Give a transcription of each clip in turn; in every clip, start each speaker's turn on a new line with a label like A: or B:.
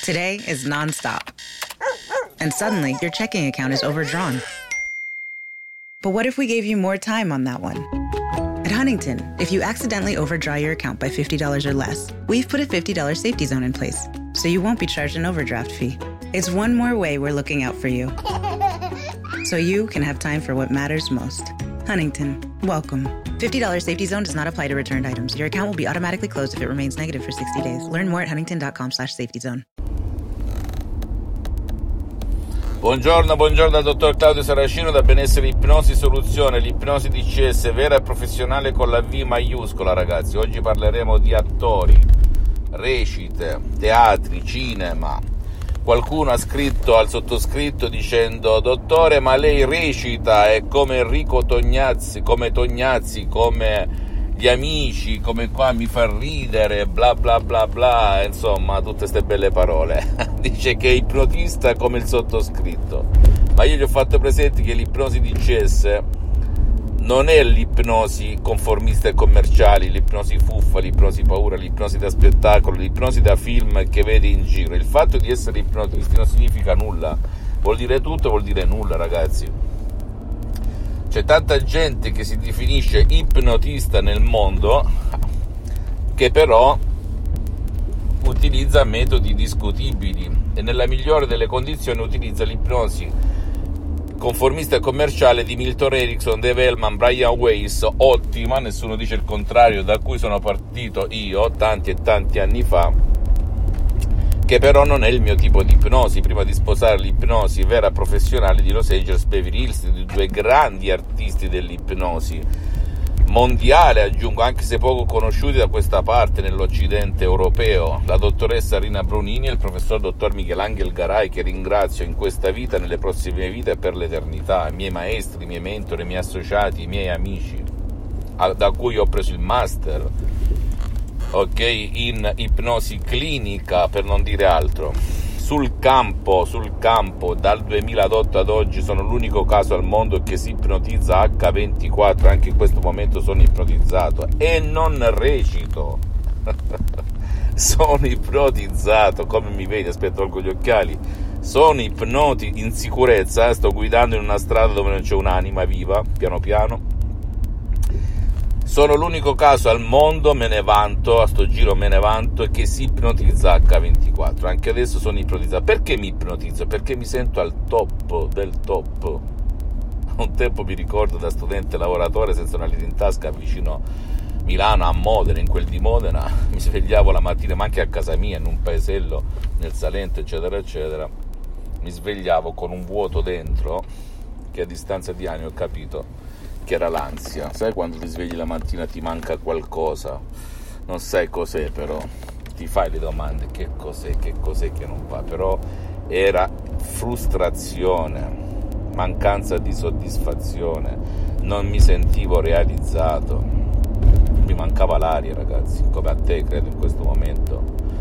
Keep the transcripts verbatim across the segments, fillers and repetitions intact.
A: Today is nonstop. And suddenly, your checking account is overdrawn. But what if we gave you more time on that one? At Huntington, if you accidentally overdraw your account by fifty dollars or less, we've put a fifty dollars safety zone in place, so you won't be charged an overdraft fee. It's one more way we're looking out for you, so you can have time for what matters most. Huntington, welcome. fifty dollars safety zone does not apply to returned items. Your account will be automatically closed if it remains negative for sixty days. Learn more at huntington.com slash safety zone.
B: Buongiorno, buongiorno dal dottor Claudio Saracino da Benessere Ipnosi Soluzione, l'ipnosi D C S vera e professionale con la V maiuscola, ragazzi. Oggi parleremo di attori, recite, teatri, cinema. Qualcuno ha scritto al sottoscritto dicendo: dottore, ma lei recita, è come Enrico Tognazzi, come Tognazzi, come Gli Amici, come qua mi fa ridere, bla bla bla bla, insomma tutte queste belle parole. Dice che è ipnotista come il sottoscritto, ma io gli ho fatto presente che l'ipnosi D C S non è l'ipnosi conformista e commerciali, l'ipnosi fuffa, l'ipnosi paura, l'ipnosi da spettacolo, l'ipnosi da film che vedi in giro. Il fatto di essere ipnotisti non significa nulla, vuol dire tutto, vuol dire nulla, ragazzi. C'è tanta gente che si definisce ipnotista nel mondo che però utilizza metodi discutibili e nella migliore delle condizioni utilizza l'ipnosi conformista e commerciale di Milton Erickson, Dave Hellman, Brian Weiss, ottima, nessuno dice il contrario, da cui sono partito io tanti e tanti anni fa, che però non è il mio tipo di ipnosi. Prima di sposare l'ipnosi vera professionale di Los Angeles Beverly Hills, di due grandi artisti dell'ipnosi mondiale, aggiungo, anche se poco conosciuti da questa parte nell'occidente europeo, la dottoressa Rina Brunini e il professor dottor Michelangelo Garay, che ringrazio in questa vita, nelle prossime vite e per l'eternità, i miei maestri, i miei mentori, i miei associati, i miei amici, da cui ho preso il master, ok, in ipnosi clinica, per non dire altro. Sul campo, sul campo, dal duemilaotto ad oggi sono l'unico caso al mondo che si ipnotizza acca ventiquattro, anche in questo momento sono ipnotizzato e non recito. Sono ipnotizzato, come mi vedi, aspetta, tolgo gli occhiali. Sono ipnoti in sicurezza, sto guidando in una strada dove non c'è un'anima viva, piano piano. Sono l'unico caso al mondo, me ne vanto, a sto giro me ne vanto, che si ipnotizza acca ventiquattro. Anche adesso sono ipnotizzato. Perché mi ipnotizzo? Perché mi sento al top del top. Un tempo mi ricordo, da studente lavoratore senza una lira in tasca, vicino Milano, a Modena, in quel di Modena, mi svegliavo la mattina, ma anche a casa mia, in un paesello nel Salento, eccetera eccetera, mi svegliavo con un vuoto dentro che a distanza di anni ho capito che era l'ansia. Sai quando ti svegli la mattina, ti manca qualcosa, non sai cos'è, però ti fai le domande: che cos'è, che cos'è che non va? Però era frustrazione, mancanza di soddisfazione, non mi sentivo realizzato, mi mancava l'aria, ragazzi, come a te credo in questo momento,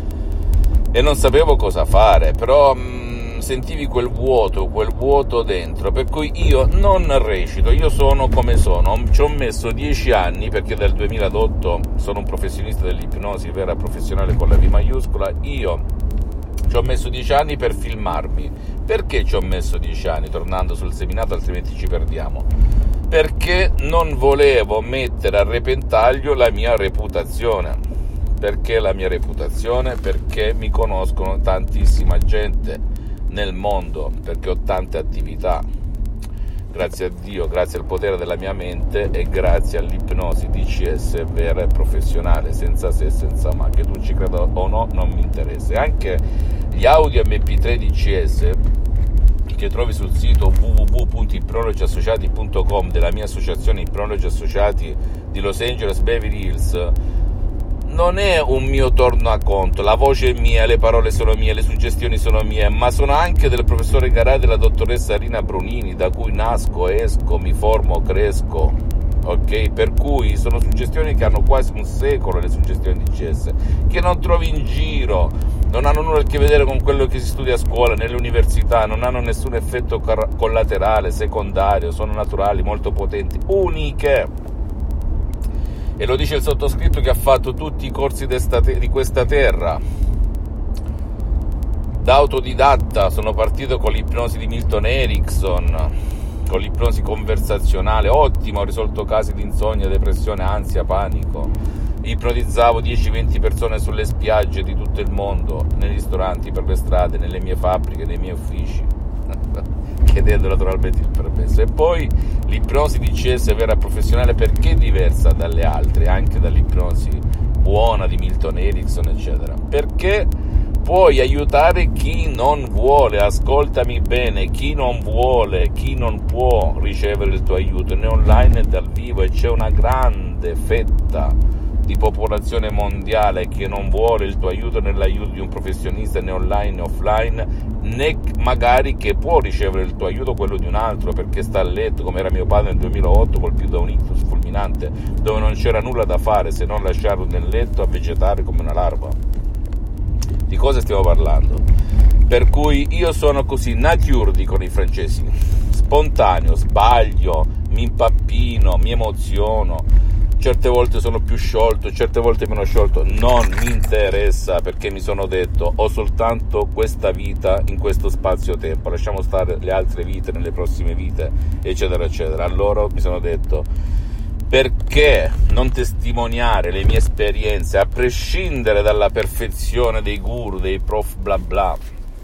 B: e non sapevo cosa fare, però mh, sentivi quel vuoto, quel vuoto dentro, per cui io non recito, io sono come sono. Ci ho messo dieci anni, perché dal duemilaotto sono un professionista dell'ipnosi vera professionale con la V maiuscola, io ci ho messo dieci anni per filmarmi. Perché ci ho messo dieci anni? Tornando sul seminato, altrimenti ci perdiamo. Perché non volevo mettere a repentaglio la mia reputazione. Perché la mia reputazione? Perché mi conoscono tantissima gente nel mondo, perché ho tante attività, grazie a Dio, grazie al potere della mia mente e grazie all'ipnosi D C S vera e professionale, senza se e senza ma, che tu ci creda o no non mi interessa. E anche gli audio emme pi tre D C S che trovi sul sito w w w punto ipnologi associati punto com della mia associazione Ipnologi Associati di Los Angeles Beverly Hills, non è un mio tornaconto, la voce è mia, le parole sono mie, le suggestioni sono mie, ma sono anche del professore Garay e della dottoressa Rina Brunini, da cui nasco, esco, mi formo, cresco, ok? Per cui sono suggestioni che hanno quasi un secolo, le suggestioni di C S, che non trovi in giro, non hanno nulla a che vedere con quello che si studia a scuola, nelle università, non hanno nessun effetto car- collaterale, secondario, sono naturali, molto potenti, uniche. E lo dice il sottoscritto che ha fatto tutti i corsi di questa terra. Da autodidatta sono partito con l'ipnosi di Milton Erickson, con l'ipnosi conversazionale, ottimo, ho risolto casi di insonnia, depressione, ansia, panico. Ipnotizzavo dieci venti persone sulle spiagge di tutto il mondo, nei ristoranti, per le strade, nelle mie fabbriche, nei miei uffici, chiedendo naturalmente il permesso. E poi l'ipnosi di C S vera professionale, perché è diversa dalle altre, anche dall'ipnosi buona di Milton Erickson, eccetera? Perché puoi aiutare chi non vuole, ascoltami bene, chi non vuole, chi non può ricevere il tuo aiuto, né online né dal vivo, e c'è una grande fetta di popolazione mondiale che non vuole il tuo aiuto, né l'aiuto di un professionista, né online né offline, né magari che può ricevere il tuo aiuto quello di un altro perché sta a letto, come era mio padre nel duemilaotto, colpito da un ictus fulminante, dove non c'era nulla da fare se non lasciarlo nel letto a vegetare come una larva. Di cosa stiamo parlando? Per cui io sono così nature, dicono i francesi, spontaneo, sbaglio, mi impappino, mi emoziono, certe volte sono più sciolto, certe volte meno sciolto, non mi interessa, perché mi sono detto ho soltanto questa vita in questo spazio-tempo, lasciamo stare le altre vite nelle prossime vite, eccetera eccetera. Allora mi sono detto, perché non testimoniare le mie esperienze a prescindere dalla perfezione dei guru, dei prof bla bla,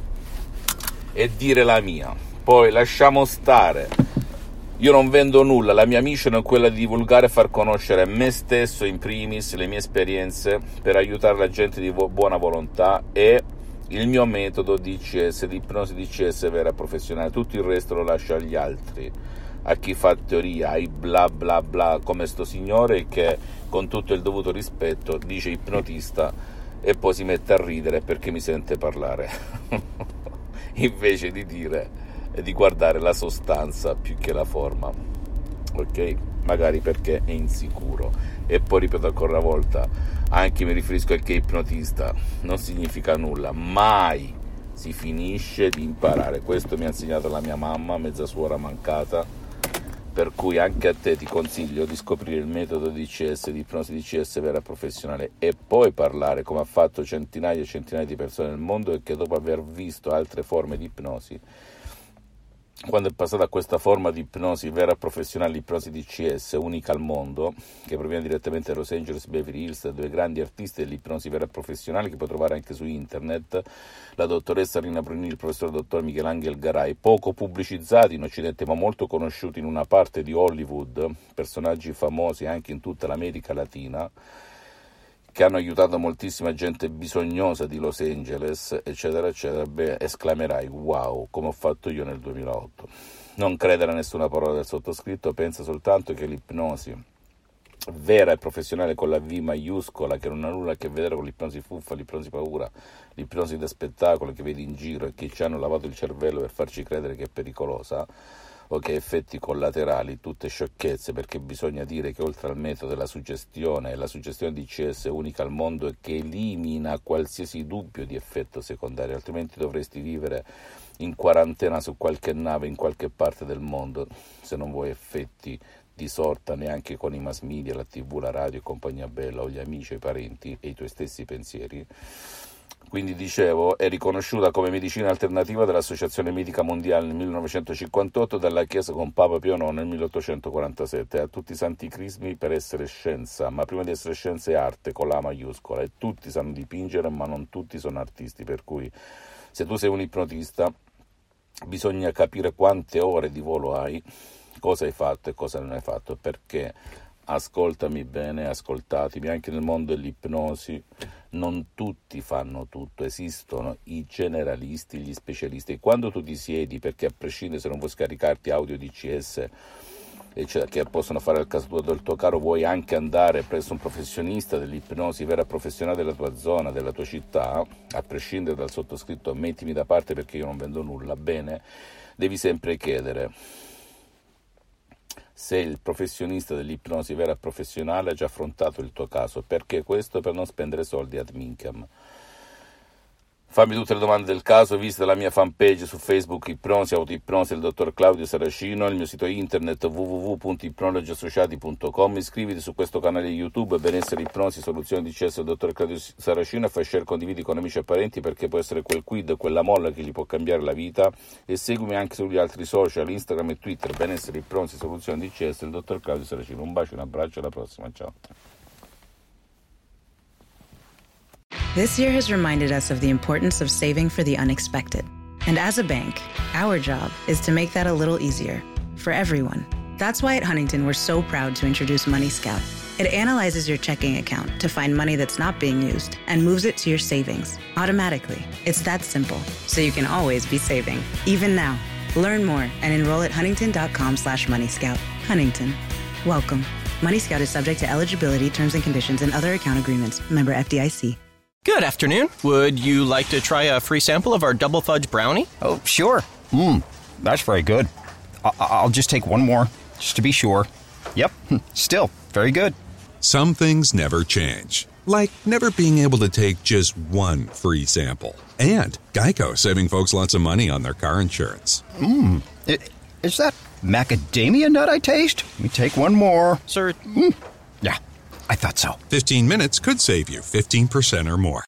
B: e dire la mia? Poi lasciamo stare, io non vendo nulla, la mia mission è quella di divulgare e far conoscere me stesso in primis, le mie esperienze, per aiutare la gente di buona volontà, e il mio metodo di I C S, di ipnosi di I C S vera professionale. Tutto il resto lo lascio agli altri, a chi fa teoria, ai bla bla bla, come sto signore che, con tutto il dovuto rispetto, dice ipnotista e poi si mette a ridere perché mi sente parlare invece di dire e di guardare la sostanza più che la forma, ok? Magari perché è insicuro. E poi ripeto ancora una volta, anche mi riferisco al che ipnotista non significa nulla, mai si finisce di imparare. Questo mi ha insegnato la mia mamma, mezza suora mancata, per cui anche a te ti consiglio di scoprire il metodo di I C S, di ipnosi di I C S vera professionale, e poi parlare, come ha fatto centinaia e centinaia di persone nel mondo, e che dopo aver visto altre forme di ipnosi, quando è passata a questa forma di ipnosi vera professionale, ipnosi di I C S unica al mondo, che proviene direttamente da Los Angeles, Beverly Hills, da due grandi artisti dell'ipnosi vera professionale che puoi trovare anche su internet, la dottoressa Rina Brunini, il professor dottor Michelangelo Garay, poco pubblicizzati in Occidente ma molto conosciuti in una parte di Hollywood, personaggi famosi anche in tutta l'America Latina, che hanno aiutato moltissima gente bisognosa di Los Angeles, eccetera eccetera. Beh, esclamerai wow, come ho fatto io nel duemilaotto. Non credere a nessuna parola del sottoscritto, pensa soltanto che l'ipnosi vera e professionale con la V maiuscola, che non ha nulla a che vedere con l'ipnosi fuffa, l'ipnosi paura, l'ipnosi da spettacolo che vedi in giro e che ci hanno lavato il cervello per farci credere che è pericolosa, o che ha effetti collaterali, tutte sciocchezze, perché bisogna dire che oltre al metodo della suggestione, la suggestione di I C S è unica al mondo e che elimina qualsiasi dubbio di effetto secondario, altrimenti dovresti vivere in quarantena su qualche nave in qualche parte del mondo, se non vuoi effetti di sorta neanche con i mass media, la tv, la radio e compagnia bella, o gli amici, i parenti e i tuoi stessi pensieri. Quindi dicevo, è riconosciuta come medicina alternativa dall'Associazione Medica Mondiale nel millenovecentocinquantotto, dalla Chiesa con Papa Pio nono nel milleottocentoquarantasette, a tutti i santi crismi per essere scienza, ma prima di essere scienza è arte con la maiuscola, e tutti sanno dipingere ma non tutti sono artisti, per cui se tu sei un ipnotista bisogna capire quante ore di volo hai, cosa hai fatto e cosa non hai fatto, perché ascoltami bene, ascoltatemi, anche nel mondo dell'ipnosi non tutti fanno tutto, esistono i generalisti, gli specialisti, e quando tu ti siedi, perché a prescindere se non vuoi scaricarti audio di C S eccetera, che possono fare al caso tuo del tuo caro, vuoi anche andare presso un professionista dell'ipnosi vera professionale della tua zona, della tua città, a prescindere dal sottoscritto, mettimi da parte perché io non vendo nulla, bene, devi sempre chiedere se il professionista dell'ipnosi vera professionale ha già affrontato il tuo caso. Perché questo? Per non spendere soldi ad minchiam. Fammi tutte le domande del caso, visita la mia fanpage su Facebook Ipnosi, Autoipnosi del dottor Claudio Saracino, il mio sito internet w w w punto ipnologi associati punto com, iscriviti su questo canale YouTube Benessere Ipnosi, Soluzioni di Cesso del dottor Claudio Saracino e fai share, condividi con amici e parenti perché può essere quel quid, quella molla che gli può cambiare la vita, e seguimi anche sugli altri social, Instagram e Twitter, Benessere Ipnosi, Soluzioni di Cesso del dottor Claudio Saracino. Un bacio, un abbraccio, alla prossima, ciao.
A: This year has reminded us of the importance of saving for the unexpected. And as a bank, our job is to make that a little easier for everyone. That's why at Huntington, we're so proud to introduce Money Scout. It analyzes your checking account to find money that's not being used and moves it to your savings automatically. It's that simple, so you can always be saving, even now. Learn more and enroll at huntington.com slash Money Scout. Huntington. Welcome. Money Scout is subject to eligibility, terms and conditions, and other account agreements. Member F D I C.
C: Good afternoon. Would you like to try a free sample of our double fudge brownie?
D: Oh, sure. Mmm, that's very good. I- I'll just take one more, just to be sure. Yep, still very good.
E: Some things never change, like never being able to take just one free sample. And Geico saving folks lots of money on their car insurance.
D: Mmm, is that macadamia nut I taste? Let me take one more.
C: Sir?
D: Mm. Yeah, I thought so.
E: fifteen minutes could save you fifteen percent or more.